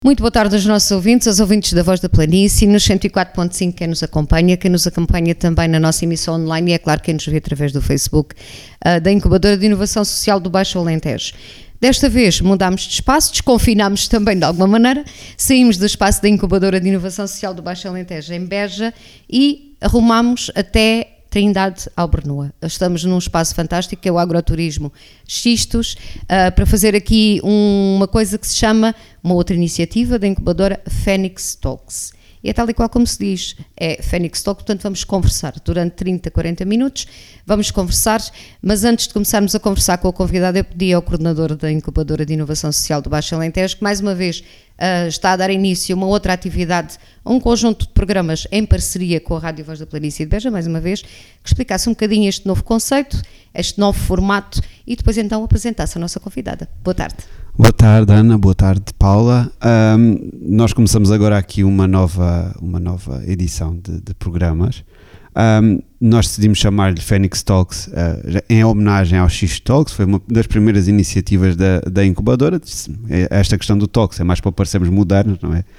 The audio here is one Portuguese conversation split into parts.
Muito boa tarde aos nossos ouvintes, aos ouvintes da Voz da Planície, nos 104.5 quem nos acompanha também na nossa emissão online e é claro quem nos vê através do Facebook da Incubadora de Inovação Social do Baixo Alentejo. Desta vez mudámos de espaço, desconfinámos também de alguma maneira, saímos do espaço da Incubadora de Inovação Social do Baixo Alentejo em Beja e arrumámos até Trindade Albernoa. Estamos num espaço fantástico que é o Agroturismo Xistos, para fazer aqui uma coisa que se chama, uma outra iniciativa da incubadora Phoenix Talks. E é tal e qual como se diz, é Phoenix Talks, portanto vamos conversar durante 30, 40 minutos, vamos conversar, mas antes de começarmos a conversar com a convidada, eu pedi ao coordenador da Incubadora de Inovação Social do Baixo Alentejo, que mais uma vez está a dar início a uma outra atividade, a um conjunto de programas em parceria com a Rádio Voz da Planície de Beja, mais uma vez, que explicasse um bocadinho este novo conceito, este novo formato e depois então apresentasse a nossa convidada. Boa tarde. Boa tarde, Ana. Boa tarde, Paula. Nós começamos agora aqui uma nova edição de programas. Nós decidimos chamar-lhe Phoenix Talks em homenagem ao X Talks. Foi uma das primeiras iniciativas da incubadora. Esta questão do Talks é mais para parecermos modernos, não é?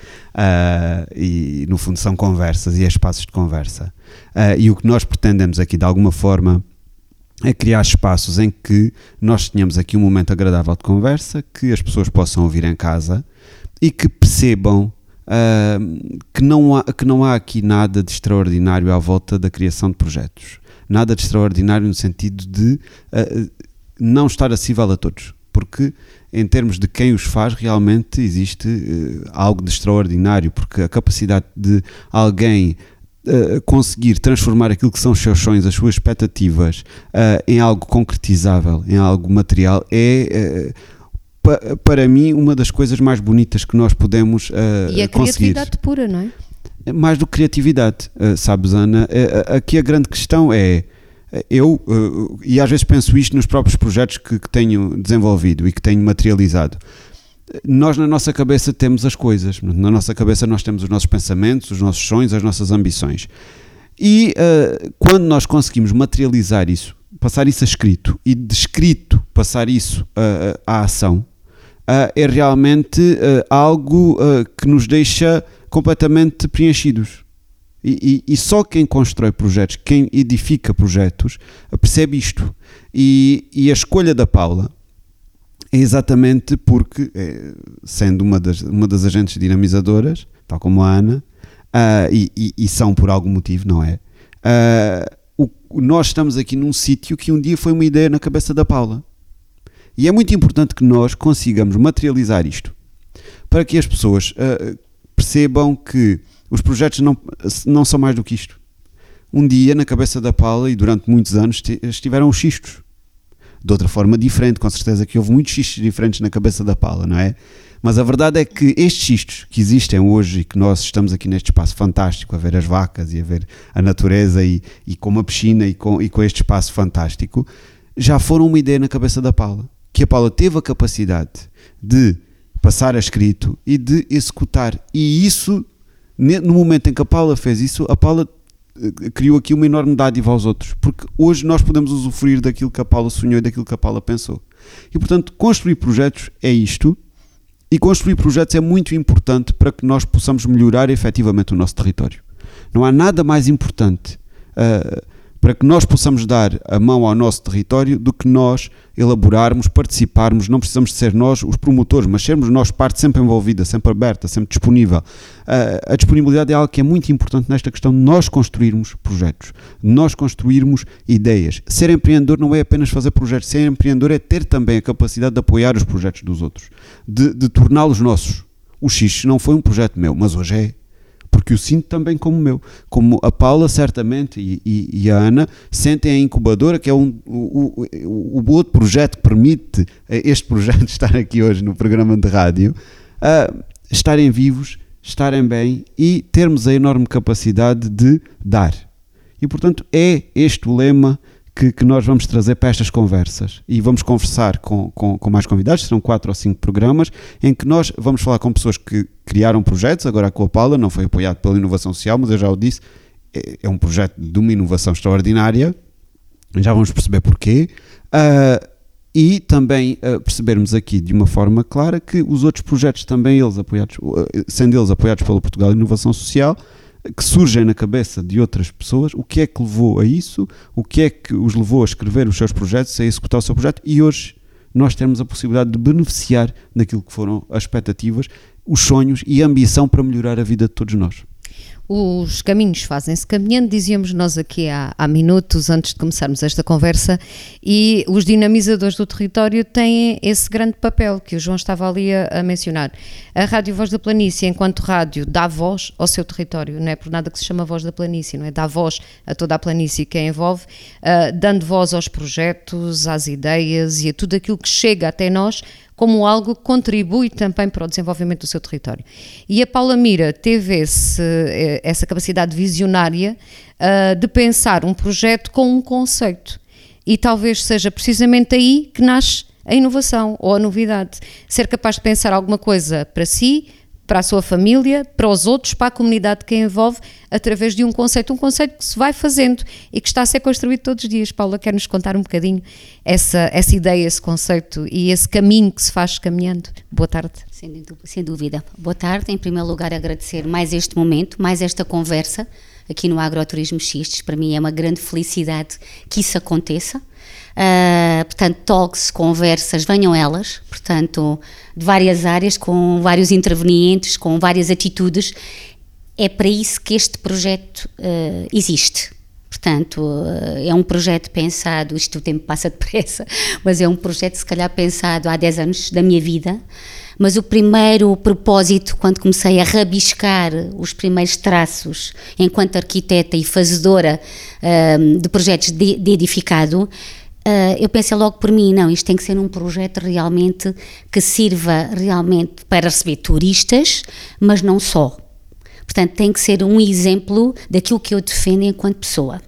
E no fundo são conversas e espaços de conversa. E o que nós pretendemos aqui de alguma forma é criar espaços em que nós tenhamos aqui um momento agradável de conversa, que as pessoas possam ouvir em casa e que percebam que não há aqui nada de extraordinário à volta da criação de projetos. Nada de extraordinário no sentido de não estar acessível a todos. Porque em termos de quem os faz, realmente existe algo de extraordinário, porque a capacidade de alguém conseguir transformar aquilo que são os seus sonhos, as suas expectativas em algo concretizável, em algo material, é para mim uma das coisas mais bonitas que nós podemos conseguir. E a criatividade pura, não é? Mais do que criatividade, sabes, Ana, aqui a grande questão é, e às vezes penso isto nos próprios projetos que tenho desenvolvido e que tenho materializado. Nós na nossa cabeça temos as coisas, na nossa cabeça nós temos os nossos pensamentos, os nossos sonhos, as nossas ambições e quando nós conseguimos materializar isso, passar isso a escrito e de escrito passar isso à ação, é realmente algo que nos deixa completamente preenchidos e só quem constrói projetos, quem edifica projetos percebe isto e a escolha da Paula é exatamente porque, sendo uma das agentes dinamizadoras, tal como a Ana, e são por algum motivo, não é? Nós estamos aqui num sítio que um dia foi uma ideia na cabeça da Paula. E é muito importante que nós consigamos materializar isto, para que as pessoas percebam que os projetos não são mais do que isto. Um dia, na cabeça da Paula, e durante muitos anos, estiveram os xistos. De outra forma diferente, com certeza que houve muitos xistos diferentes na cabeça da Paula, não é? Mas a verdade é que estes xistos que existem hoje e que nós estamos aqui neste espaço fantástico a ver as vacas e a ver a natureza e com uma piscina e com este espaço fantástico, já foram uma ideia na cabeça da Paula, que a Paula teve a capacidade de passar a escrito e de executar. E isso, no momento em que a Paula fez isso, a Paula criou aqui uma enorme dádiva aos outros, porque hoje nós podemos usufruir daquilo que a Paula sonhou e daquilo que a Paula pensou. E portanto, construir projetos é isto, e construir projetos é muito importante para que nós possamos melhorar efetivamente o nosso território. Não há nada mais importante para que nós possamos dar a mão ao nosso território do que nós elaborarmos, participarmos. Não precisamos de ser nós os promotores, mas sermos nós parte sempre envolvida, sempre aberta, sempre disponível. A disponibilidade é algo que é muito importante nesta questão de nós construirmos projetos, nós construirmos ideias. Ser empreendedor não é apenas fazer projetos, ser empreendedor é ter também a capacidade de apoiar os projetos dos outros, de torná-los nossos. O X não foi um projeto meu, mas hoje é. Porque o sinto também como meu, como a Paula certamente e a Ana sentem a incubadora, que é o outro projeto que permite este projeto estar aqui hoje no programa de rádio, estarem vivos, estarem bem e termos a enorme capacidade de dar. E portanto é este o lema que nós vamos trazer para estas conversas e vamos conversar com mais convidados, serão 4 ou 5 programas em que nós vamos falar com pessoas que criaram projetos, agora com a Paula, não foi apoiado pela inovação social, mas eu já o disse, é um projeto de uma inovação extraordinária, já vamos perceber porquê, E também percebermos aqui de uma forma clara que os outros projetos também eles apoiados, sendo eles apoiados pelo Portugal Inovação Social, que surgem na cabeça de outras pessoas, o que é que levou a isso, o que é que os levou a escrever os seus projetos, a executar o seu projeto, e hoje nós temos a possibilidade de beneficiar daquilo que foram as expectativas, os sonhos e a ambição para melhorar a vida de todos nós. Os caminhos fazem-se caminhando, dizíamos nós aqui há minutos antes de começarmos esta conversa, e os dinamizadores do território têm esse grande papel que o João estava ali a mencionar. A Rádio Voz da Planície, enquanto rádio, dá voz ao seu território, não é por nada que se chama Voz da Planície, não é? Dá voz a toda a planície que a envolve, dando voz aos projetos, às ideias e a tudo aquilo que chega até nós, como algo que contribui também para o desenvolvimento do seu território. E a Paula Mira teve essa capacidade visionária de pensar um projeto com um conceito. E talvez seja precisamente aí que nasce a inovação ou a novidade. Ser capaz de pensar alguma coisa para si, para a sua família, para os outros, para a comunidade que a envolve, através de um conceito que se vai fazendo e que está a ser construído todos os dias. Paula, quer-nos contar um bocadinho essa ideia, esse conceito e esse caminho que se faz caminhando? Boa tarde. Sem dúvida. Boa tarde. Em primeiro lugar, agradecer mais este momento, mais esta conversa aqui no Agroturismo Xistes. Para mim é uma grande felicidade que isso aconteça. Portanto, talks, conversas, venham elas, portanto, de várias áreas, com vários intervenientes, com várias atitudes. É para isso que este projeto existe. Portanto, é um projeto pensado, isto o tempo passa depressa, mas é um projeto se calhar pensado há 10 anos da minha vida, mas o primeiro propósito, quando comecei a rabiscar os primeiros traços enquanto arquiteta e fazedora de projetos de edificado, eu pensei logo por mim, não, isto tem que ser um projeto realmente que sirva realmente para receber turistas, mas não só. Portanto, tem que ser um exemplo daquilo que eu defendo enquanto pessoa.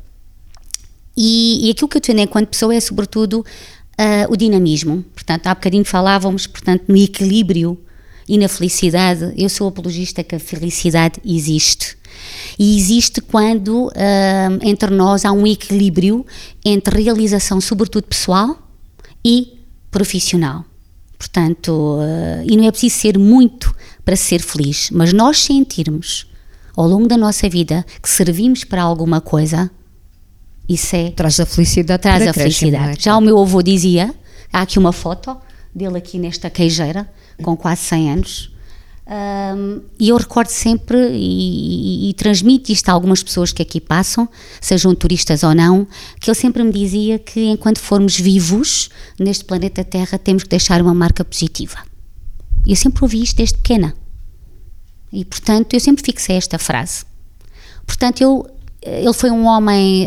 E aquilo que eu defendo enquanto pessoa é, sobretudo, o dinamismo. Portanto, há bocadinho falávamos, portanto, no equilíbrio e na felicidade. Eu sou apologista que a felicidade existe. E existe quando entre nós há um equilíbrio entre realização, sobretudo pessoal e profissional. Portanto, e não é preciso ser muito para ser feliz, mas nós sentirmos ao longo da nossa vida que servimos para alguma coisa, isso é... Traz a felicidade. Traz a felicidade. Já o meu avô dizia, há aqui uma foto dele aqui nesta queijeira, com quase 100 anos, e eu recordo sempre e transmito isto a algumas pessoas que aqui passam, sejam turistas ou não, que ele sempre me dizia que enquanto formos vivos neste planeta Terra temos que deixar uma marca positiva. E eu sempre ouvi isto desde pequena e portanto eu sempre fixei esta frase. Portanto ele foi um homem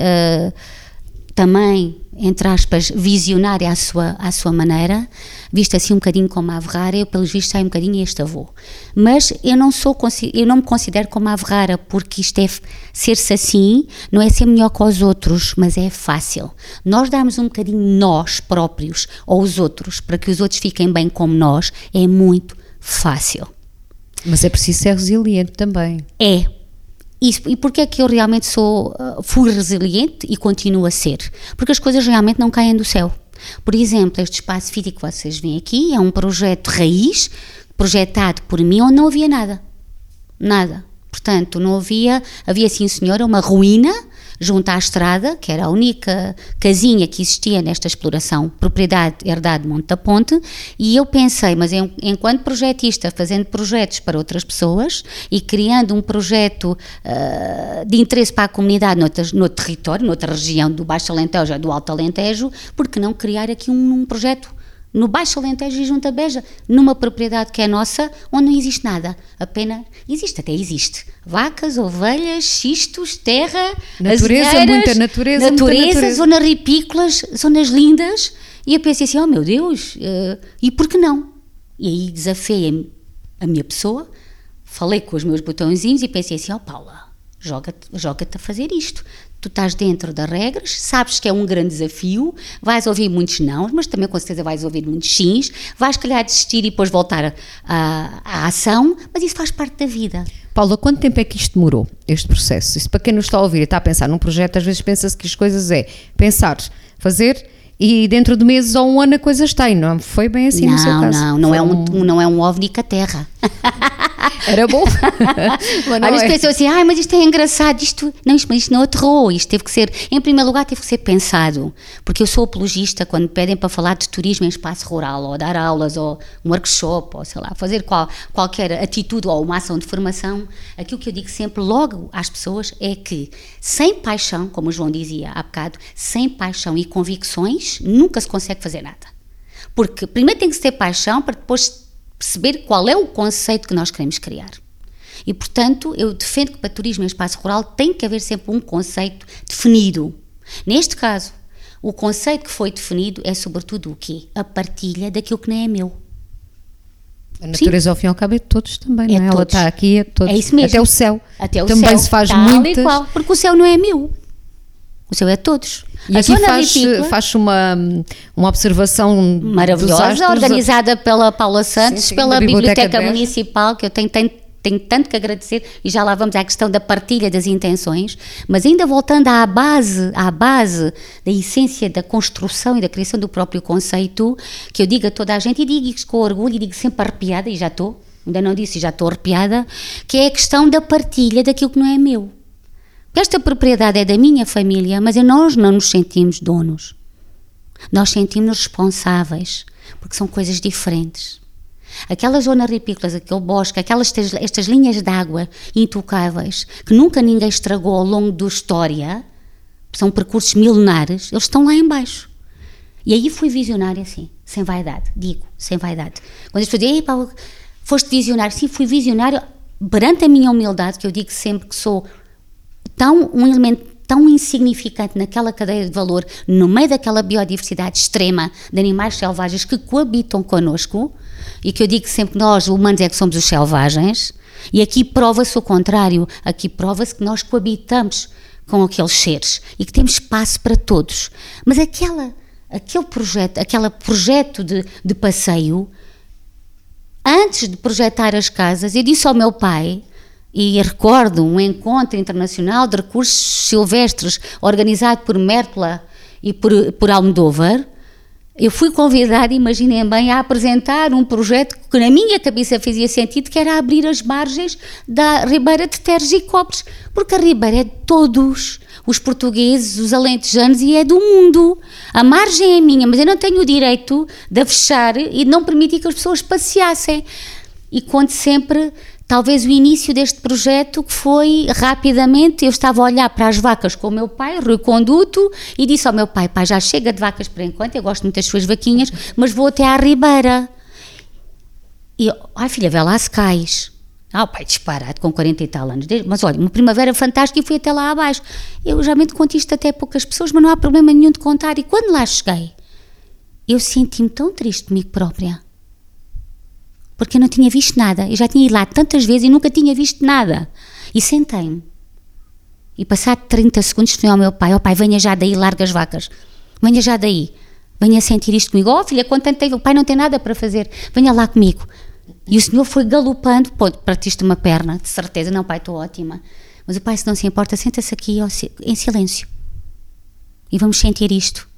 também, entre aspas, visionário à sua maneira, visto assim um bocadinho como a ave rara. Eu, pelos vistos, saio um bocadinho este avô. Mas eu não me considero como a ave rara, porque isto é ser-se assim, não é ser melhor que os outros, mas é fácil. Nós darmos um bocadinho nós próprios aos outros, para que os outros fiquem bem como nós, é muito fácil. Mas é preciso ser resiliente também. É. E porquê é que eu realmente fui resiliente e continuo a ser? Porque as coisas realmente não caem do céu. Por exemplo, este espaço físico que vocês veem aqui é um projeto raiz, projetado por mim, onde não havia nada. Nada. Portanto, havia sim senhora, uma ruína junto à estrada, que era a única casinha que existia nesta exploração, propriedade herdada de Monte da Ponte, e eu pensei, mas enquanto projetista, fazendo projetos para outras pessoas e criando um projeto de interesse para a comunidade no território, noutra região do Baixo Alentejo ou do Alto Alentejo, por que não criar aqui um projeto no Baixo Alentejo e junto a Beja, numa propriedade que é nossa, onde não existe nada, apenas existe vacas, ovelhas, xistos, terra, natureza, muita natureza, zonas ripícolas, zonas lindas, e eu pensei assim, oh meu Deus, e por que não? E aí desafiei a minha pessoa, falei com os meus botõezinhos e pensei assim, oh Paula, joga-te a fazer isto. Tu estás dentro das regras, sabes que é um grande desafio, vais ouvir muitos não, mas também com certeza vais ouvir muitos sims, vais calhar desistir e depois voltar à ação, mas isso faz parte da vida. Paula, quanto tempo é que isto demorou, este processo? Isso para quem nos está a ouvir e está a pensar num projeto, às vezes pensa-se que as coisas é pensar, fazer e dentro de meses ou um ano a coisa está, e não foi bem assim no seu caso. Não é um OVNI com a Terra. Era bom. Às vezes pensam assim, mas isto é engraçado, mas isto não aterrou, isto teve que ser, em primeiro lugar teve que ser pensado, porque eu sou apologista quando me pedem para falar de turismo em espaço rural, ou dar aulas, ou um workshop, ou sei lá, fazer qualquer atitude ou uma ação de formação, aquilo que eu digo sempre logo às pessoas é que sem paixão, como o João dizia há bocado, sem paixão e convicções nunca se consegue fazer nada, porque primeiro tem que ter paixão para depois perceber qual é o conceito que nós queremos criar. E, portanto, eu defendo que para turismo em espaço rural tem que haver sempre um conceito definido. Neste caso, o conceito que foi definido é sobretudo o quê? A partilha daquilo que nem é meu. A natureza, ao fim e ao cabo, é de todos também, não é? Ela está aqui, é de todos. É isso mesmo. Até o céu. Até o também céu. se faz muito muitas... igual, porque o céu não é meu. O céu é de todos. E aqui faz uma observação maravilhosa, organizada pela Paula Santos, sim, pela Biblioteca Municipal, que eu tenho tanto que agradecer, e já lá vamos à questão da partilha das intenções, mas ainda voltando à base da essência da construção e da criação do próprio conceito, que eu digo a toda a gente, e digo isto com orgulho, e digo sempre arrepiada, e já estou, ainda não disse, já estou arrepiada, que é a questão da partilha daquilo que não é meu. Esta propriedade é da minha família, mas nós não nos sentimos donos. Nós sentimos-nos responsáveis, porque são coisas diferentes. Aquelas zonas ripícolas, aquele bosque, estas linhas de água intocáveis, que nunca ninguém estragou ao longo da história, são percursos milenares, eles estão lá em baixo. E aí fui visionária, assim, sem vaidade, sem vaidade. Quando as pessoas dizem, foste visionário, sim, fui visionário perante a minha humildade, que eu digo sempre que sou um elemento tão insignificante naquela cadeia de valor, no meio daquela biodiversidade extrema de animais selvagens que coabitam connosco, e que eu digo sempre que nós, humanos, é que somos os selvagens, e aqui prova-se o contrário, aqui prova-se que nós coabitamos com aqueles seres, e que temos espaço para todos. Mas aquele projeto de passeio, antes de projetar as casas, eu disse ao meu pai, e recordo um encontro internacional de recursos silvestres organizado por Mértola e por Almodóvar, eu fui convidada, imaginem bem, a apresentar um projeto que na minha cabeça fazia sentido, que era abrir as margens da Ribeira de Teres e Copos, porque a Ribeira é de todos, os portugueses, os alentejanos, e é do mundo. A margem é minha, mas eu não tenho o direito de a fechar e de não permitir que as pessoas passeassem. E conto sempre... Talvez o início deste projeto, que foi rapidamente, eu estava a olhar para as vacas com o meu pai, Rui Conduto, e disse ao meu pai, já chega de vacas por enquanto, eu gosto muito das suas vaquinhas, mas vou até à Ribeira. E, filha, vê lá se cais. O pai disparado, com 40 e tal anos. Mas olha, uma primavera fantástica e fui até lá abaixo. Eu geralmente conto isto até a poucas pessoas, mas não há problema nenhum de contar. E quando lá cheguei, eu senti-me tão triste comigo própria. Porque eu não tinha visto nada, eu já tinha ido lá tantas vezes e nunca tinha visto nada. E sentei-me. E passado 30 segundos fui ao meu pai, pai, venha já daí, larga as vacas. Venha já daí, venha sentir isto comigo. Filha, quanto tempo tem? O pai não tem nada para fazer, venha lá comigo. E o senhor foi galopando, partiste uma perna, de certeza, não pai, estou ótima. Mas o pai, se não se importa, senta-se aqui em silêncio. E vamos sentir isto.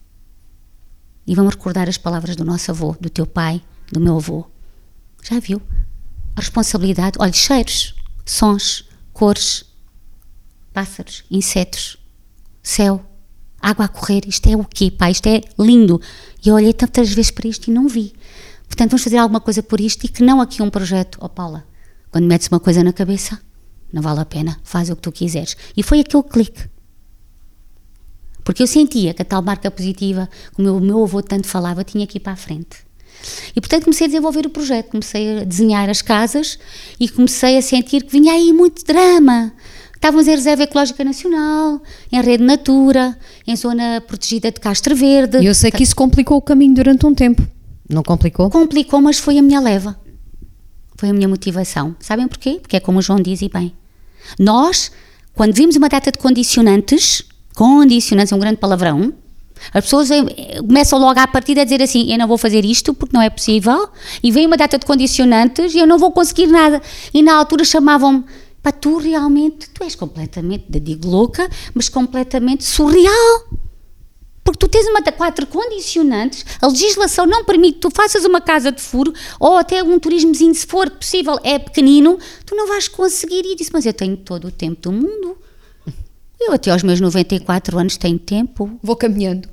E vamos recordar as palavras do nosso avô, do teu pai, do meu avô. Já viu? A responsabilidade, olha, cheiros, sons, cores, pássaros, insetos, céu, água a correr, isto é o quê, pai? Isto é lindo. E eu olhei tantas vezes para isto e não vi. Portanto, vamos fazer alguma coisa por isto, e que não aqui um projeto, Paula, quando metes uma coisa na cabeça, não vale a pena, faz o que tu quiseres. E foi aquele clique. Porque eu sentia que a tal marca positiva, como o meu avô tanto falava, tinha que ir para a frente. E portanto comecei a desenvolver o projeto, comecei a desenhar as casas e comecei a sentir que vinha aí muito drama. Estávamos em Reserva Ecológica Nacional, em Rede Natura, em zona protegida de Castro Verde. E eu sei que isso complicou o caminho durante um tempo. Não complicou? Complicou, mas foi a minha leva. Foi a minha motivação. Sabem porquê? Porque é como o João diz, e bem. Nós, quando vimos uma data de condicionantes é um grande palavrão, as pessoas começam logo à partida a dizer assim, eu não vou fazer isto porque não é possível, e vem uma data de condicionantes e eu não vou conseguir nada. E na altura chamavam-me, tu realmente, tu és completamente, digo louca, mas completamente surreal. Porque tu tens uma de 4 condicionantes, a legislação não permite que tu faças uma casa de furo ou até um turismozinho, se for possível, é pequenino, tu não vais conseguir. E disse, mas eu tenho todo o tempo do mundo. Eu até aos meus 94 anos tenho tempo. Vou caminhando.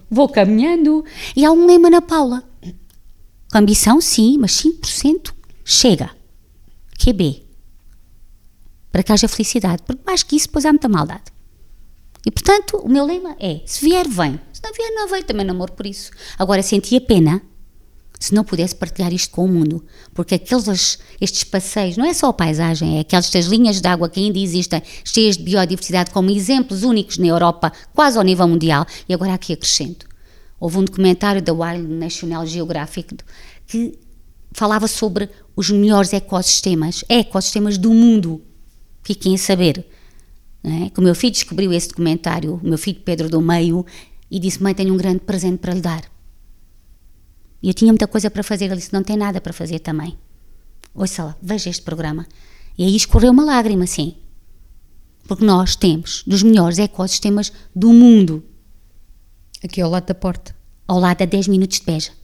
E há um lema na Paula. Com ambição, sim, mas 5% chega. QB. Para que haja felicidade. Porque mais que isso, depois há muita maldade. E, portanto, o meu lema é, se vier, vem. Se não vier, não vem. Também namoro por isso. Agora, sentia pena se não pudesse partilhar isto com o mundo. Porque estes passeios, não é só a paisagem, é estas linhas de água que ainda existem, cheias de biodiversidade, como exemplos únicos na Europa, quase ao nível mundial. E agora aqui acrescento. Houve um documentário da Wild National Geographic que falava sobre os melhores ecossistemas do mundo. Fiquem a saber. Não é? Que o meu filho descobriu esse documentário, o meu filho Pedro do Meio, e disse, mãe, tenho um grande presente para lhe dar. E eu tinha muita coisa para fazer, ele disse, não tem nada para fazer também. Ouça lá, veja este programa. E aí escorreu uma lágrima, sim. Porque nós temos dos melhores ecossistemas do mundo. Aqui ao lado da porta. Ao lado, a 10 minutos de Beja.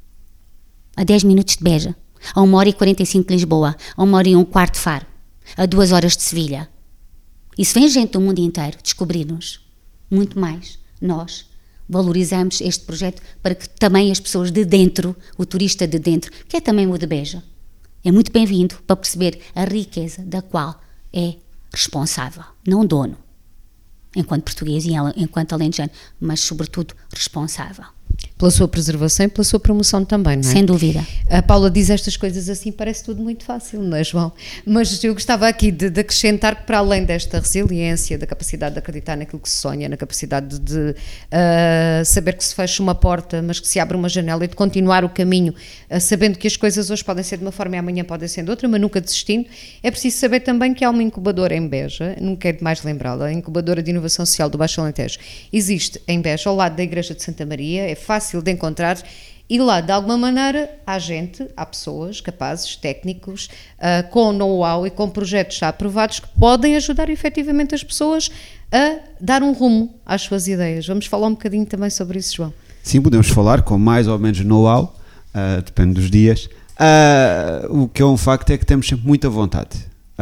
A 10 minutos de Beja. A 1h45 de Lisboa. A 1h15 de Faro. A 2 horas de Sevilha. E se vem gente do mundo inteiro descobrir-nos, muito mais, nós valorizamos este projeto para que também as pessoas de dentro, o turista de dentro, que é também o de Beja, é muito bem-vindo para perceber a riqueza da qual é responsável, não dono, enquanto português e enquanto alentejano, mas sobretudo responsável. Pela sua preservação e pela sua promoção também, não é? Sem dúvida. A Paula diz estas coisas assim, parece tudo muito fácil, não é, João? Mas eu gostava aqui de acrescentar que, para além desta resiliência, da capacidade de acreditar naquilo que se sonha, na capacidade de saber que se fecha uma porta, mas que se abre uma janela, e de continuar o caminho, sabendo que as coisas hoje podem ser de uma forma e amanhã podem ser de outra, mas nunca desistindo, é preciso saber também que há uma incubadora em Beja, nunca é demais lembrá-la, a Incubadora de Inovação Social do Baixo Alentejo. Existe em Beja, ao lado da Igreja de Santa Maria, é fácil de encontrar, e lá de alguma maneira há pessoas capazes, técnicos, com know-how e com projetos já aprovados que podem ajudar efetivamente as pessoas a dar um rumo às suas ideias. Vamos falar um bocadinho também sobre isso, João. Sim, podemos falar com mais ou menos know-how, depende dos dias. O que é um facto é que temos sempre muita vontade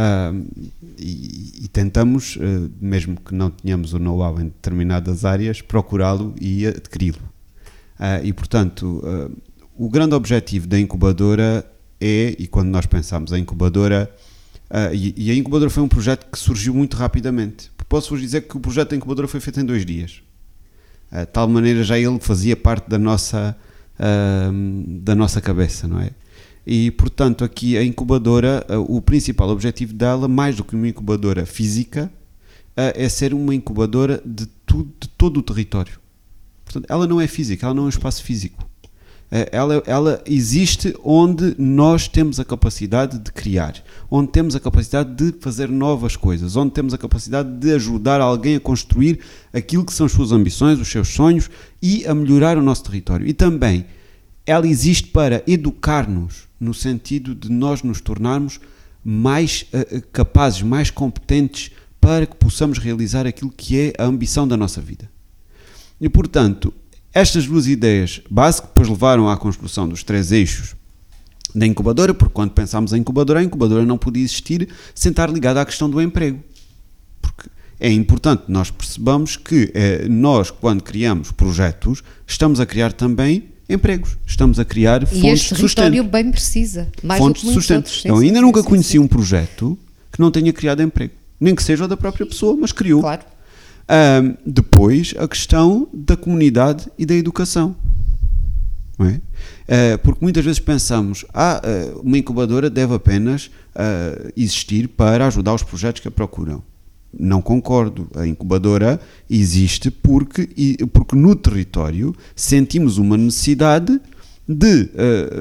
e tentamos, mesmo que não tenhamos o know-how em determinadas áreas, procurá-lo e adquiri-lo. E, portanto, o grande objetivo da incubadora é, e quando nós pensamos em incubadora, e a incubadora foi um projeto que surgiu muito rapidamente. Posso-vos dizer que o projeto da incubadora foi feito em 2 dias. De tal maneira já ele fazia parte da nossa cabeça, não é? E, portanto, aqui a incubadora, o principal objetivo dela, mais do que uma incubadora física, é ser uma incubadora de todo o território. Portanto, ela não é física, ela não é um espaço físico. Ela existe onde nós temos a capacidade de criar, onde temos a capacidade de fazer novas coisas, onde temos a capacidade de ajudar alguém a construir aquilo que são as suas ambições, os seus sonhos e a melhorar o nosso território. E também ela existe para educar-nos, no sentido de nós nos tornarmos mais capazes, mais competentes para que possamos realizar aquilo que é a ambição da nossa vida. E, portanto, estas 2 ideias base que depois levaram à construção dos 3 eixos da incubadora, porque quando pensámos em incubadora, a incubadora não podia existir sem estar ligada à questão do emprego. Porque é importante nós percebamos que nós, quando criamos projetos, estamos a criar também empregos, estamos a criar fontes de sustento. E este território bem precisa, mais fontes de sustento. Eu ainda nunca conheci um projeto que não tenha criado emprego, nem que seja o da própria pessoa, mas criou. Claro. Depois, a questão da comunidade e da educação. Não é? Porque muitas vezes pensamos, uma incubadora deve apenas existir para ajudar os projetos que a procuram. Não concordo. A incubadora existe porque no território sentimos uma necessidade de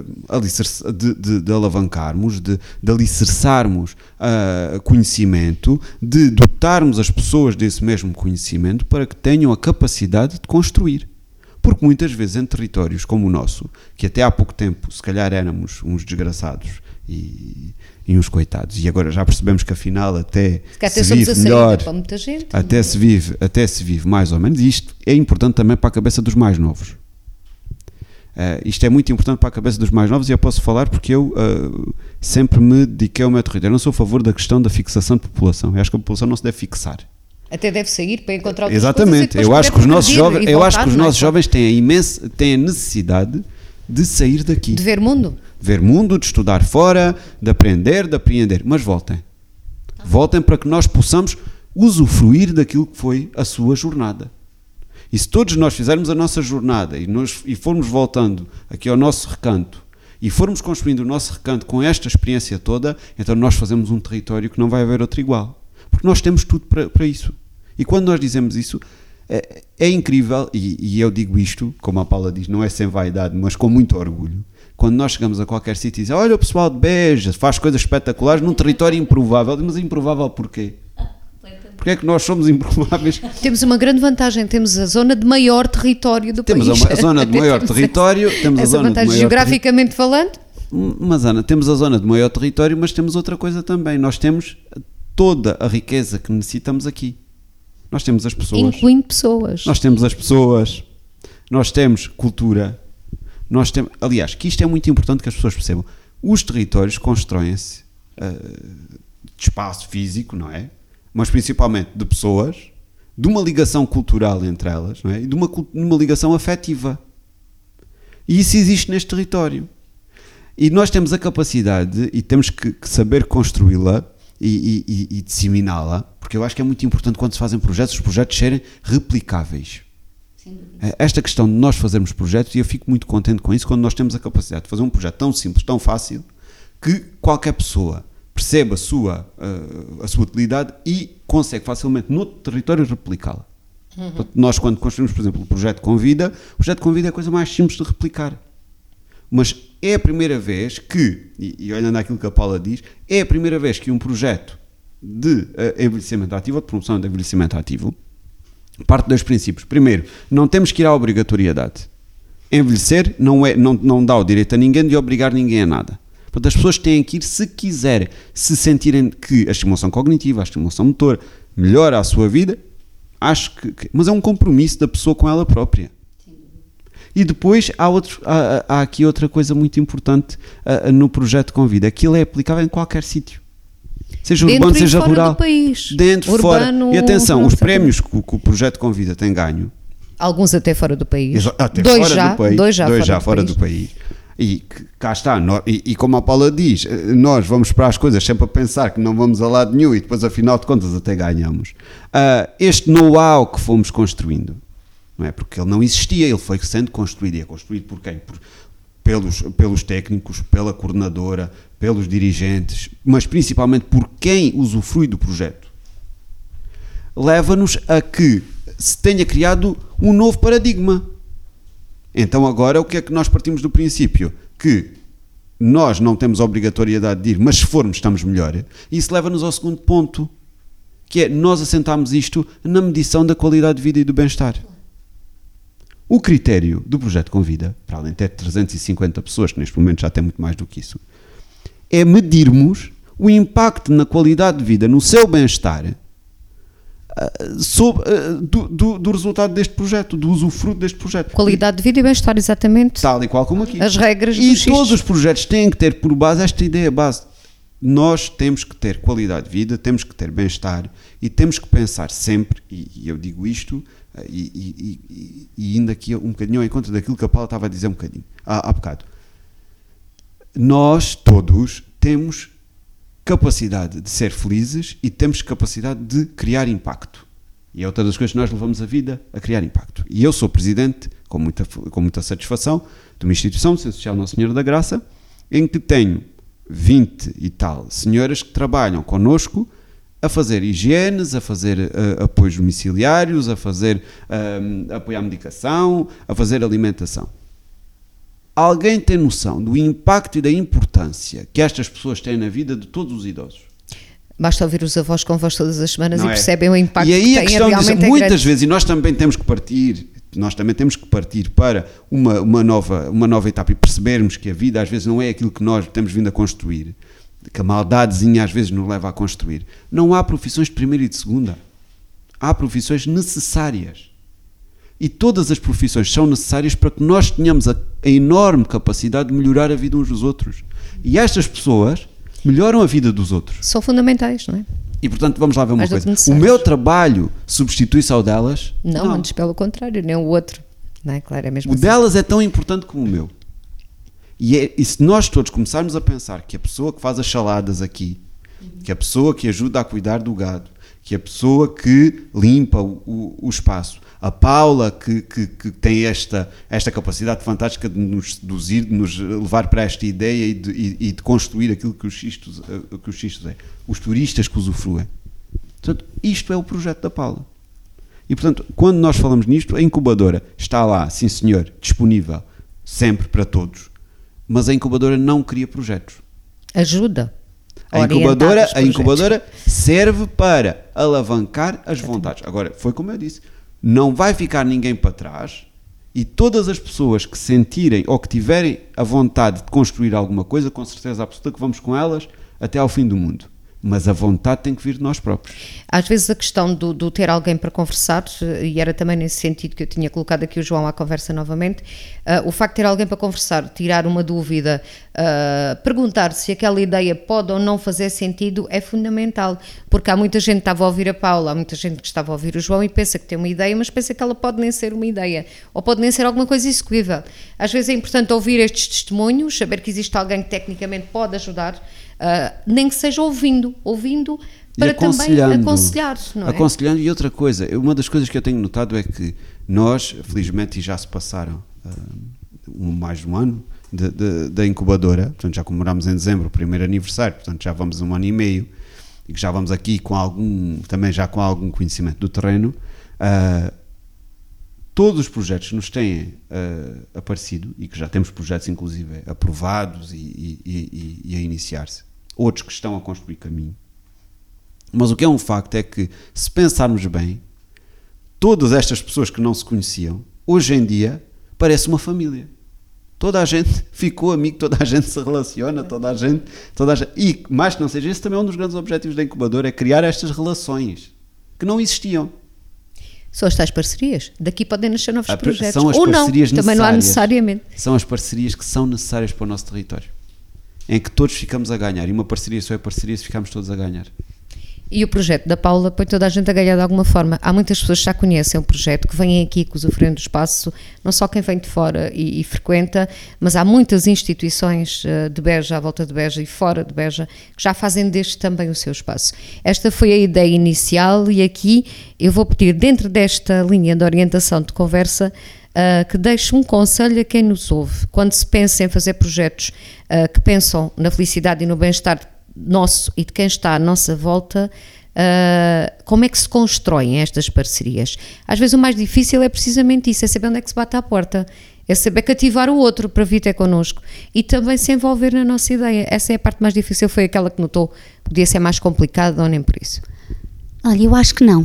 alavancarmos, de alicerçarmos conhecimento, de dotarmos as pessoas desse mesmo conhecimento para que tenham a capacidade de construir. Porque muitas vezes em territórios como o nosso, que até há pouco tempo se calhar éramos uns desgraçados e uns coitados. E agora já percebemos que afinal até se vive melhor, para muita gente, até se vive mais ou menos. E isto é importante também para a cabeça dos mais novos. Isto é muito importante para a cabeça dos mais novos, e eu posso falar porque eu sempre me dediquei ao meu território. Eu não sou a favor da questão da fixação de população. Eu acho que a população não se deve fixar. Até deve sair para encontrar outras Exatamente. coisas. Eu acho que os nossos jovens têm a necessidade de sair daqui. De ver mundo. De ver mundo, de estudar fora, de aprender, de apreender. Mas voltem. Voltem para que nós possamos usufruir daquilo que foi a sua jornada. E se todos nós fizermos a nossa jornada e formos voltando aqui ao nosso recanto e formos construindo o nosso recanto com esta experiência toda, então nós fazemos um território que não vai haver outro igual. Porque nós temos tudo para isso. E quando nós dizemos isso, é incrível, e eu digo isto, como a Paula diz, não é sem vaidade, mas com muito orgulho. Quando nós chegamos a qualquer sítio e dizem, olha o pessoal de Beja, faz coisas espetaculares num território improvável. Mas improvável porquê? Porque é que nós somos improváveis? Temos uma grande vantagem, temos a zona de maior território do país. Temos a zona de maior território, temos a zona vantagem de maior geograficamente falando. Mas Ana, temos a zona de maior território, mas temos outra coisa também. Nós temos toda a riqueza que necessitamos aqui. Nós temos as pessoas. Incluindo pessoas. Nós temos as pessoas. Nós temos cultura. Nós temos, aliás, que isto é muito importante que as pessoas percebam. Os territórios constroem-se de espaço físico, não é? Mas principalmente de pessoas, de uma ligação cultural entre elas, não é? E de uma ligação afetiva. E isso existe neste território. E nós temos a capacidade e temos que saber construí-la e disseminá-la, porque eu acho que é muito importante quando se fazem projetos, os projetos serem replicáveis. Esta questão de nós fazermos projetos, e eu fico muito contente com isso, quando nós temos a capacidade de fazer um projeto tão simples, tão fácil, que qualquer pessoa percebe a sua utilidade e consegue facilmente no território replicá-la. Portanto, nós quando construímos, por exemplo, o projeto Convida, o projeto Convida é a coisa mais simples de replicar. Mas é a primeira vez que, e olhando aquilo que a Paula diz, é a primeira vez que um projeto de envelhecimento ativo, ou de promoção de envelhecimento ativo, parte dos princípios. Primeiro, não temos que ir à obrigatoriedade. Envelhecer não dá o direito a ninguém de obrigar ninguém a nada. Portanto, as pessoas têm que ir se quiserem, se sentirem que a estimulação cognitiva, a estimulação motor melhora a sua vida, acho que mas é um compromisso da pessoa com ela própria. E depois há aqui outra coisa muito importante no projeto Convida. Aquilo é aplicável em qualquer sítio. Seja urbano, seja rural. Dentro, fora. E atenção, os prémios que o projeto Convida tem ganho. Alguns até fora do país. Dois já fora do país. E cá está, e como a Paula diz, nós vamos para as coisas sempre a pensar que não vamos a lado nenhum e depois afinal de contas até ganhamos. Este know-how que fomos construindo, não é? Porque ele não existia, ele foi sendo construído. E é construído por quem? Pelos técnicos, pela coordenadora, pelos dirigentes, mas principalmente por quem usufrui do projeto. Leva-nos a que se tenha criado um novo paradigma. Então agora o que é que nós partimos do princípio? Que nós não temos a obrigatoriedade de ir, mas se formos estamos melhor. E isso leva-nos ao segundo ponto, que é nós assentarmos isto na medição da qualidade de vida e do bem-estar. O critério do projeto Convida, para além de ter 350 pessoas, que neste momento já tem muito mais do que isso, é medirmos o impacto na qualidade de vida, no seu bem-estar, do resultado deste projeto, do usufruto deste projeto. Qualidade de vida e bem-estar, exatamente. Tal e qual como aqui. As regras do E todos os projetos têm que ter por base esta ideia base. Nós temos que ter qualidade de vida, temos que ter bem-estar e temos que pensar sempre, e eu digo isto, e indo aqui um bocadinho ao encontro daquilo que a Paula estava a dizer um bocadinho, há bocado. Nós todos temos capacidade de ser felizes e temos capacidade de criar impacto. E é outra das coisas que nós levamos a vida a criar impacto. E eu sou presidente, com muita satisfação, de uma instituição de Centro Social Nossa Senhora da Graça, em que tenho 20 e tal senhoras que trabalham connosco a fazer higienes, a fazer apoios domiciliários, a fazer apoio à medicação, a fazer alimentação. Alguém tem noção do impacto e da importância que estas pessoas têm na vida de todos os idosos? Basta ouvir os avós com voz todas as semanas não e percebem o impacto que têm. E aí a questão realmente muitas vezes, e nós também temos que partir, nós também temos que partir para uma nova etapa e percebermos que a vida às vezes não é aquilo que nós temos vindo a construir, que a maldadezinha às vezes nos leva a construir. Não há profissões de primeira e de segunda. Há profissões necessárias. E todas as profissões são necessárias para que nós tenhamos a enorme capacidade de melhorar a vida uns dos outros. E estas pessoas melhoram a vida dos outros. São fundamentais, não é? E portanto, vamos lá ver uma coisa. O meu trabalho substitui-se ao delas? Não, antes pelo contrário, nem o outro. Não é? Claro, é mesmo o assim. Delas é tão importante como o meu. E se nós todos começarmos a pensar que a pessoa que faz as saladas aqui, que a pessoa que ajuda a cuidar do gado, que a pessoa que limpa o espaço, a Paula que tem esta capacidade fantástica de nos seduzir, de nos levar para esta ideia e de construir aquilo que os xistos é, os turistas que usufruem. Portanto, isto é o projeto da Paula. E portanto, quando nós falamos nisto, a incubadora está lá, sim senhor, disponível sempre para todos, mas a incubadora não cria projetos. Ajuda. A incubadora serve para alavancar as vontades. Agora, foi como eu disse, não vai ficar ninguém para trás e todas as pessoas que sentirem ou que tiverem a vontade de construir alguma coisa, com certeza absoluta que vamos com elas até ao fim do mundo. Mas a vontade tem que vir de nós próprios. Às vezes a questão do ter alguém para conversar, e era também nesse sentido que eu tinha colocado aqui o João à conversa novamente, o facto de ter alguém para conversar, tirar uma dúvida, perguntar se aquela ideia pode ou não fazer sentido é fundamental, porque há muita gente que estava a ouvir a Paula, há muita gente que estava a ouvir o João e pensa que tem uma ideia, mas pensa que ela pode nem ser uma ideia, ou pode nem ser alguma coisa execuível. Às vezes é importante ouvir estes testemunhos, saber que existe alguém que tecnicamente pode ajudar, nem que seja ouvindo para também aconselhar, não é? Aconselhando. E outra coisa, uma das coisas que eu tenho notado é que nós, felizmente, e já se passaram mais de um ano da incubadora, portanto já comemorámos em dezembro o primeiro aniversário, portanto já vamos 1 ano e meio, e que já vamos aqui com algum conhecimento do terreno. Todos os projetos que nos têm aparecido, e que já temos projetos inclusive aprovados e a iniciar-se, outros que estão a construir caminho, mas o que é um facto é que, se pensarmos bem, todas estas pessoas que não se conheciam, hoje em dia, parece uma família. Toda a gente ficou amigo, toda a gente se relaciona, toda a gente, e mais que não seja, esse também é um dos grandes objetivos da incubadora, é criar estas relações que não existiam. São as tais parcerias. Daqui podem nascer novos projetos. São as ou parcerias não, também não há necessariamente. São as parcerias que são necessárias para o nosso território, em que todos ficamos a ganhar, e uma parceria só é parceria se ficamos todos a ganhar. E o projeto da Paula põe toda a gente a ganhar de alguma forma. Há muitas pessoas que já conhecem o projeto, que vêm aqui com usufruem do espaço, não só quem vem de fora e frequenta, mas há muitas instituições de Beja, à volta de Beja e fora de Beja, que já fazem deste também o seu espaço. Esta foi a ideia inicial e aqui eu vou pedir, dentro desta linha de orientação de conversa, que deixe um conselho a quem nos ouve. Quando se pensa em fazer projetos que pensam na felicidade e no bem-estar nosso e de quem está à nossa volta, como é que se constroem estas parcerias? Às vezes o mais difícil é precisamente isso, é saber onde é que se bate à porta, é saber cativar o outro para vir ter connosco e também se envolver na nossa ideia. Essa é a parte mais difícil, foi aquela que notou, podia ser mais complicada ou nem por isso? Olha, eu acho que não.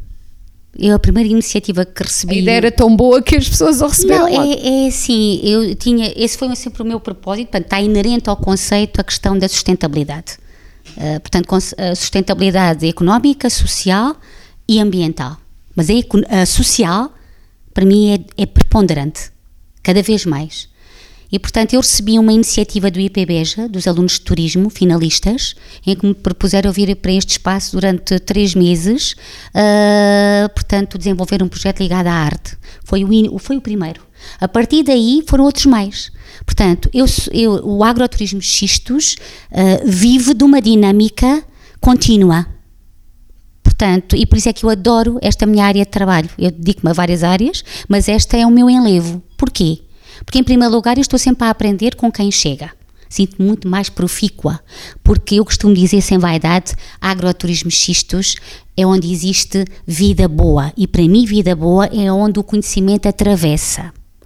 A primeira iniciativa que recebi... A ideia era tão boa que as pessoas a receberam. Não, é assim, esse foi sempre o meu propósito, portanto, está inerente ao conceito a questão da sustentabilidade. Portanto, a sustentabilidade económica, social e ambiental. Mas a social, para mim, é preponderante, cada vez mais. E, portanto, eu recebi uma iniciativa do IP Beja, dos alunos de turismo, finalistas, em que me propuseram vir para este espaço durante 3 meses, portanto, desenvolver um projeto ligado à arte. Foi o primeiro. A partir daí foram outros mais. Portanto, o agroturismo Xistos vive de uma dinâmica contínua. Portanto, e por isso é que eu adoro esta minha área de trabalho. Eu dedico-me a várias áreas, mas esta é o meu enlevo. Porquê? Porque, em primeiro lugar, eu estou sempre a aprender com quem chega. Sinto-me muito mais profícua, porque eu costumo dizer, sem vaidade, agroturismo Xistos é onde existe vida boa. E, para mim, vida boa é onde o conhecimento atravessa.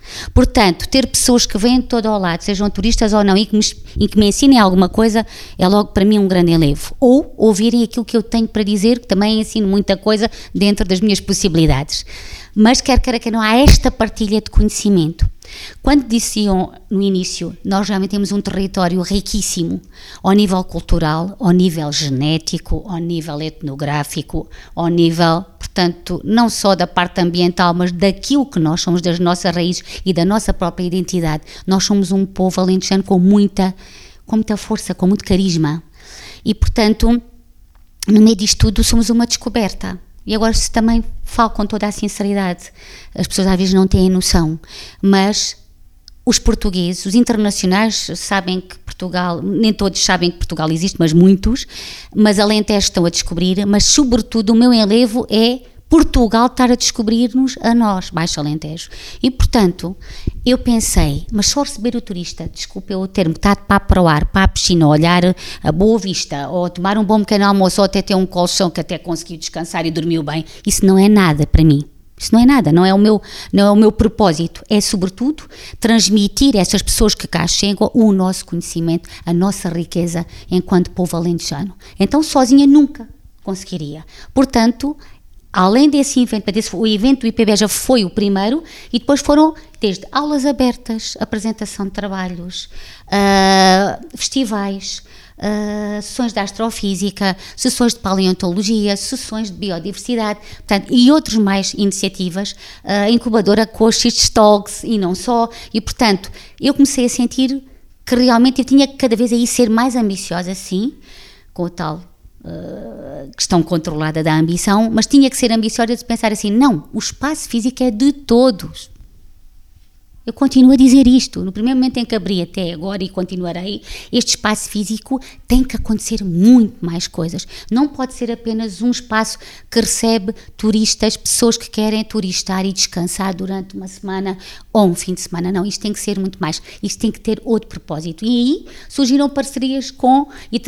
Portanto, ter pessoas que vêm de todo ao lado, sejam turistas ou não, e que me ensinem alguma coisa, é logo para mim um grande enlevo. Ou ouvirem aquilo que eu tenho para dizer, que também ensino muita coisa dentro das minhas possibilidades. Mas quer queira que não, há esta partilha de conhecimento. Quando diziam no início, nós realmente temos um território riquíssimo, ao nível cultural, ao nível genético, ao nível etnográfico, ao nível, portanto, não só da parte ambiental, mas daquilo que nós somos, das nossas raízes e da nossa própria identidade. Nós somos um povo alentejano com muita força, com muito carisma. E, portanto, no meio disto tudo, somos uma descoberta. E agora se também falo com toda a sinceridade, as pessoas às vezes não têm noção, mas os portugueses, os internacionais sabem que Portugal, nem todos sabem que Portugal existe, mas muitos, mas Alentejo estão a descobrir, mas sobretudo o meu enlevo é Portugal estar a descobrir-nos a nós, Baixo Alentejo. E, portanto, eu pensei, mas só receber o turista, desculpe o termo, está de papo para o ar, para a piscina, olhar a Boa Vista, ou tomar um bom pequeno almoço, ou até ter um colchão que até conseguiu descansar e dormiu bem, isso não é nada para mim. Isso não é nada, não é o meu propósito, é sobretudo transmitir a essas pessoas que cá chegam o nosso conhecimento, a nossa riqueza enquanto povo alentejano. Então sozinha nunca conseguiria. Portanto, além desse evento, o evento do IPB já foi o primeiro e depois foram desde aulas abertas, apresentação de trabalhos, festivais, sessões de astrofísica, sessões de paleontologia, sessões de biodiversidade, portanto, e outras mais iniciativas, incubadora com os Dogs e não só, e portanto, eu comecei a sentir que realmente eu tinha que cada vez aí ser mais ambiciosa, sim, com o tal questão controlada da ambição, mas tinha que ser ambiciosa de pensar assim, não, o espaço físico é de todos. Eu continuo a dizer isto, no primeiro momento em que abri até agora e continuarei, este espaço físico tem que acontecer muito mais coisas. Não pode ser apenas um espaço que recebe turistas, pessoas que querem turistar e descansar durante uma semana ou um fim de semana. Não, isto tem que ser muito mais. Isto tem que ter outro propósito. E aí surgiram parcerias com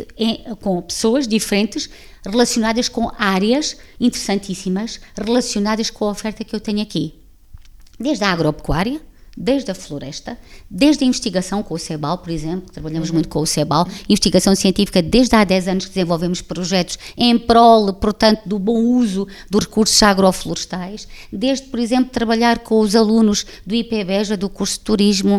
pessoas diferentes, relacionadas com áreas interessantíssimas, relacionadas com a oferta que eu tenho aqui. Desde a agropecuária, desde a floresta, desde a investigação com o CEBAL, por exemplo, trabalhamos muito com o CEBAL, investigação científica, desde há 10 anos que desenvolvemos projetos em prol, portanto, do bom uso dos recursos agroflorestais, desde, por exemplo, trabalhar com os alunos do IPBEJA, do curso de Turismo,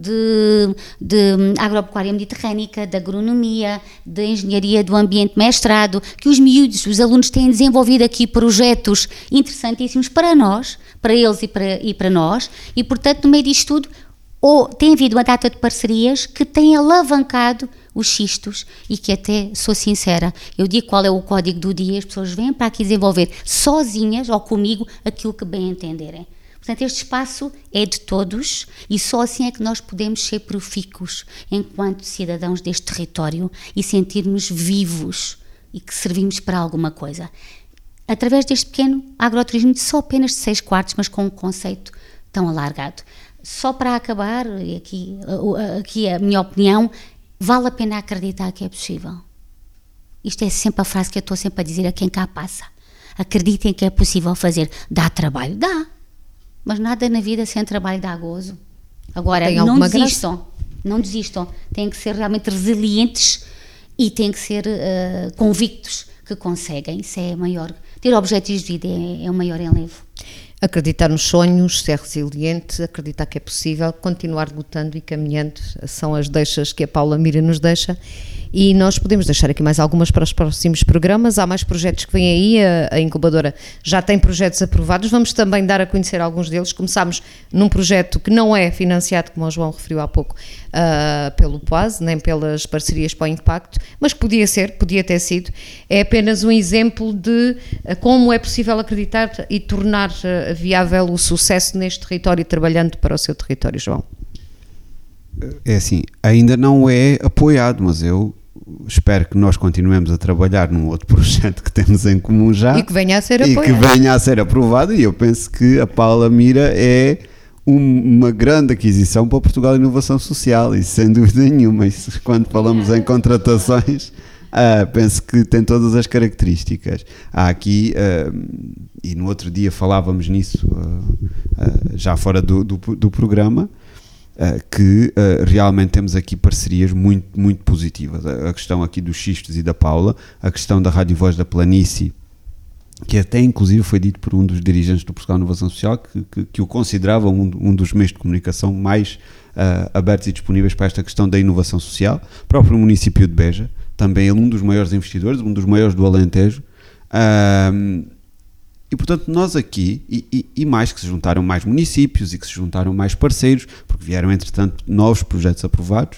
de Agropecuária Mediterrânica, de Agronomia, de Engenharia do Ambiente mestrado, que os miúdos, os alunos têm desenvolvido aqui projetos interessantíssimos para nós, para eles e para nós, e portanto no meio disto tudo tem havido uma data de parcerias que têm alavancado os xistos e que até, sou sincera, eu digo qual é o código do dia, as pessoas vêm para aqui desenvolver sozinhas ou comigo aquilo que bem entenderem. Portanto, este espaço é de todos e só assim é que nós podemos ser profícuos enquanto cidadãos deste território e sentirmos vivos e que servimos para alguma coisa. Através deste pequeno agroturismo de só apenas de 6 quartos, mas com um conceito tão alargado. Só para acabar, e aqui a minha opinião, vale a pena acreditar que é possível. Isto é sempre a frase que eu estou sempre a dizer a quem cá passa. Acreditem que é possível fazer. Dá trabalho? Dá. Mas nada na vida sem trabalho dá gozo. Agora, não desistam. Têm que ser realmente resilientes e têm que ser convictos que conseguem. Isso é maior. Ter objetivos de vida é o maior enlevo. Acreditar nos sonhos, ser resiliente, acreditar que é possível, continuar lutando e caminhando, são as deixas que a Paula Mira nos deixa. E nós podemos deixar aqui mais algumas para os próximos programas. Há mais projetos que vêm aí, a incubadora já tem projetos aprovados, vamos também dar a conhecer alguns deles. Começámos num projeto que não é financiado, como o João referiu há pouco, pelo POAS, nem pelas parcerias para o impacto, mas que podia ter sido. É apenas um exemplo de como é possível acreditar e tornar viável o sucesso neste território, trabalhando para o seu território, João. É assim, ainda não é apoiado, mas eu espero que nós continuemos a trabalhar num outro projeto que temos em comum já. E que venha a ser apoiado. E que venha a ser aprovado, e eu penso que a Paula Mira é uma grande aquisição para Portugal Inovação Social, e sem dúvida nenhuma, isso, quando falamos em contratações, Penso que tem todas as características. Há aqui, e no outro dia falávamos nisso, já fora do programa, que realmente temos aqui parcerias muito, muito positivas. A questão aqui dos Xistos e da Paula, a questão da Rádio Voz da Planície, que até inclusive foi dito por um dos dirigentes do Portugal Inovação Social, que o considerava um dos meios de comunicação mais abertos e disponíveis para esta questão da inovação social. O próprio município de Beja, também ele um dos maiores investidores, um dos maiores do Alentejo, e portanto nós aqui, e mais que se juntaram mais municípios e que se juntaram mais parceiros, porque vieram entretanto novos projetos aprovados,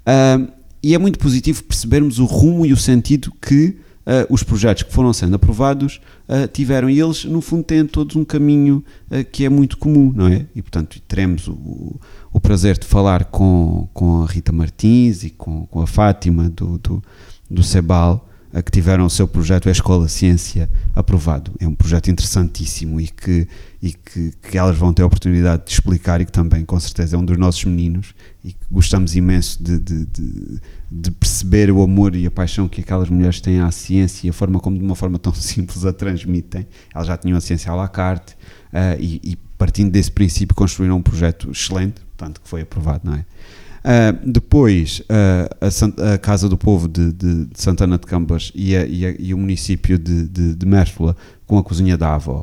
e é muito positivo percebermos o rumo e o sentido que os projetos que foram sendo aprovados tiveram, e eles no fundo têm todos um caminho que é muito comum, não é? E portanto teremos o prazer de falar com a Rita Martins e com a Fátima do CEBAL, que tiveram o seu projeto A Escola Ciência aprovado. É um projeto interessantíssimo e que elas vão ter a oportunidade de explicar, e que também com certeza é um dos nossos meninos, e que gostamos imenso de perceber o amor e a paixão que aquelas mulheres têm à ciência e a forma como de uma forma tão simples a transmitem. Elas já tinham a ciência à la carte, e partindo desse princípio construíram um projeto excelente, portanto que foi aprovado, não é? Depois a Casa do Povo de Santana de Cambas e o município de Mértola com a Cozinha da Avó,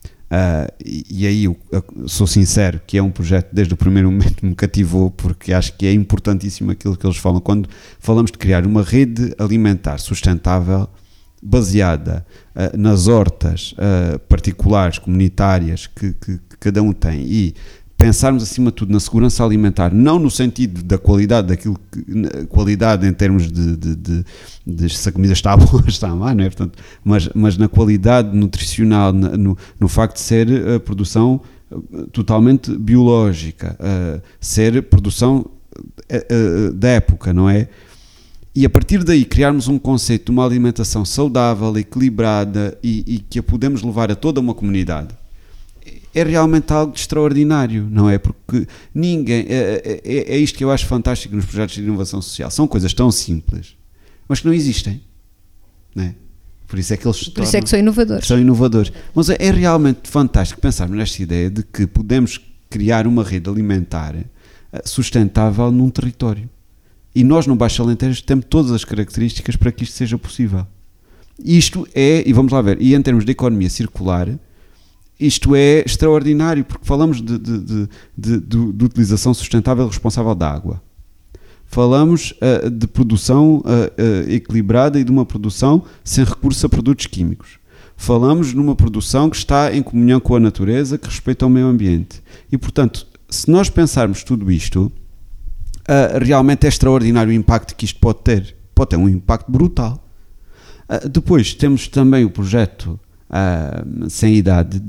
e aí eu sou sincero que é um projeto desde o primeiro momento me cativou, porque acho que é importantíssimo aquilo que eles falam quando falamos de criar uma rede alimentar sustentável baseada nas hortas particulares, comunitárias que cada um tem, e pensarmos acima de tudo na segurança alimentar, não no sentido da qualidade daquilo qualidade em termos de se a comida está boa ou está má, não é? Portanto, mas na qualidade nutricional, no facto de ser a produção totalmente biológica, ser produção da época, não é? E a partir daí criarmos um conceito de uma alimentação saudável, equilibrada e que a podemos levar a toda uma comunidade, é realmente algo de extraordinário, não é? Porque ninguém... É isto que eu acho fantástico nos projetos de inovação social. São coisas tão simples, mas que não existem, não é? Por isso é que eles Por isso é que são inovadores. São inovadores. Mas é realmente fantástico pensarmos nesta ideia de que podemos criar uma rede alimentar sustentável num território. E nós no Baixo Alentejo temos todas as características para que isto seja possível. Isto é, e vamos lá ver, e em termos de economia circular, isto é extraordinário, porque falamos de utilização sustentável e responsável da água. Falamos de produção equilibrada e de uma produção sem recurso a produtos químicos. Falamos numa produção que está em comunhão com a natureza, que respeita o meio ambiente. E, portanto, se nós pensarmos tudo isto, realmente é extraordinário o impacto que isto pode ter. Pode ter um impacto brutal. Depois temos também o projeto sem idade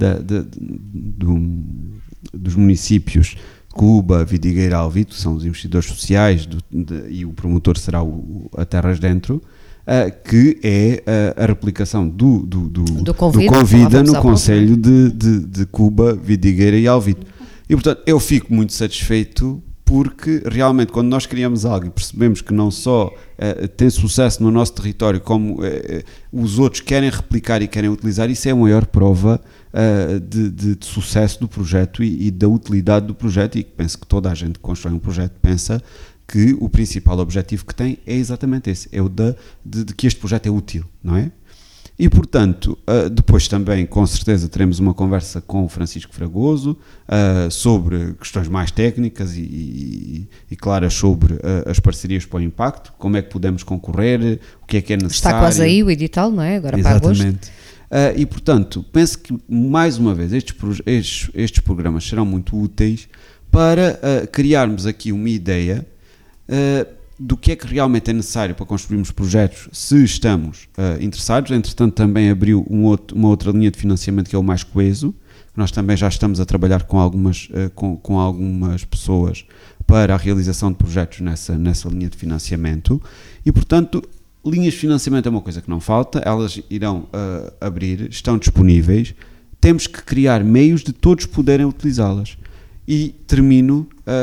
dos municípios Cuba, Vidigueira, Alvito, são os investidores sociais e o promotor será a Terras Dentro, que é a replicação do Convida no Conselho de Cuba, Vidigueira e Alvito. E portanto eu fico muito satisfeito, porque realmente quando nós criamos algo e percebemos que não só tem sucesso no nosso território, como os outros querem replicar e querem utilizar, isso é a maior prova de sucesso do projeto e da utilidade do projeto, e penso que toda a gente que constrói um projeto pensa que o principal objetivo que tem é exatamente esse, é o de que este projeto é útil, não é? E, portanto, depois também, com certeza, teremos uma conversa com o Francisco Fragoso sobre questões mais técnicas e claras sobre as parcerias para o impacto, como é que podemos concorrer, o que é necessário. Está quase aí o edital, não é? Agora para agosto. Exatamente. E, portanto, penso que, mais uma vez, estes programas serão muito úteis para criarmos aqui uma ideia do que é que realmente é necessário para construirmos projetos, se estamos interessados. Entretanto, também abriu uma outra linha de financiamento, que é o Mais Coeso. Nós também já estamos a trabalhar com algumas pessoas para a realização de projetos nessa linha de financiamento. E, portanto, linhas de financiamento é uma coisa que não falta, elas irão abrir, estão disponíveis. Temos que criar meios de todos poderem utilizá-las. E termino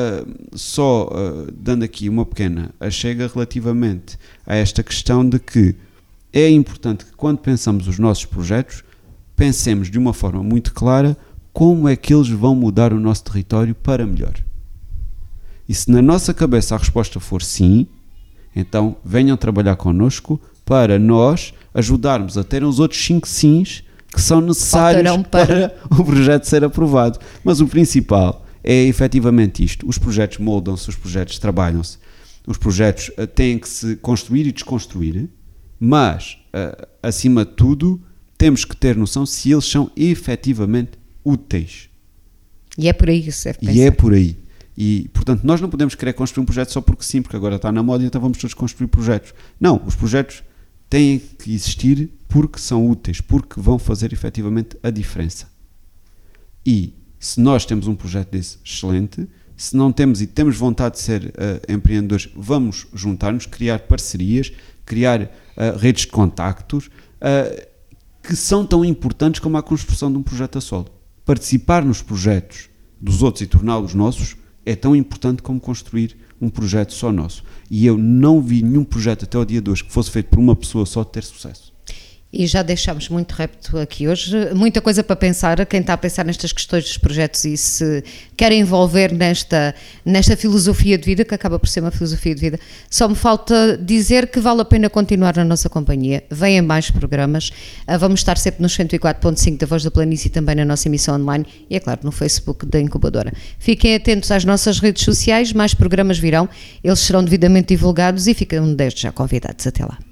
dando aqui uma pequena achega relativamente a esta questão de que é importante que quando pensamos os nossos projetos, pensemos de uma forma muito clara como é que eles vão mudar o nosso território para melhor. E se na nossa cabeça a resposta for sim, então venham trabalhar connosco para nós ajudarmos a ter os outros 5 sims que são necessários para o projeto ser aprovado. Mas o principal é efetivamente isto. Os projetos moldam-se, os projetos trabalham-se, os projetos têm que se construir e desconstruir, mas, acima de tudo, temos que ter noção se eles são efetivamente úteis. E é por aí que se deve pensar. E é por aí. E, portanto, nós não podemos querer construir um projeto só porque sim, porque agora está na moda e então vamos todos construir projetos. Não, os projetos têm que existir porque são úteis, porque vão fazer efetivamente a diferença. E se nós temos um projeto desse excelente, se não temos e temos vontade de ser empreendedores, vamos juntar-nos, criar parcerias, criar redes de contactos que são tão importantes como a construção de um projeto a solo. Participar nos projetos dos outros e torná-los nossos é tão importante como construir um projeto só nosso. E eu não vi nenhum projeto até o dia de hoje que fosse feito por uma pessoa só ter sucesso. E já deixámos muito repto aqui hoje, muita coisa para pensar, a quem está a pensar nestas questões dos projetos e se quer envolver nesta filosofia de vida, que acaba por ser uma filosofia de vida. Só me falta dizer que vale a pena continuar na nossa companhia. Vêm mais programas, vamos estar sempre nos 104.5 da Voz da Planície e também na nossa emissão online e, é claro, no Facebook da Incubadora. Fiquem atentos às nossas redes sociais, mais programas virão, eles serão devidamente divulgados e ficam desde já convidados. Até lá.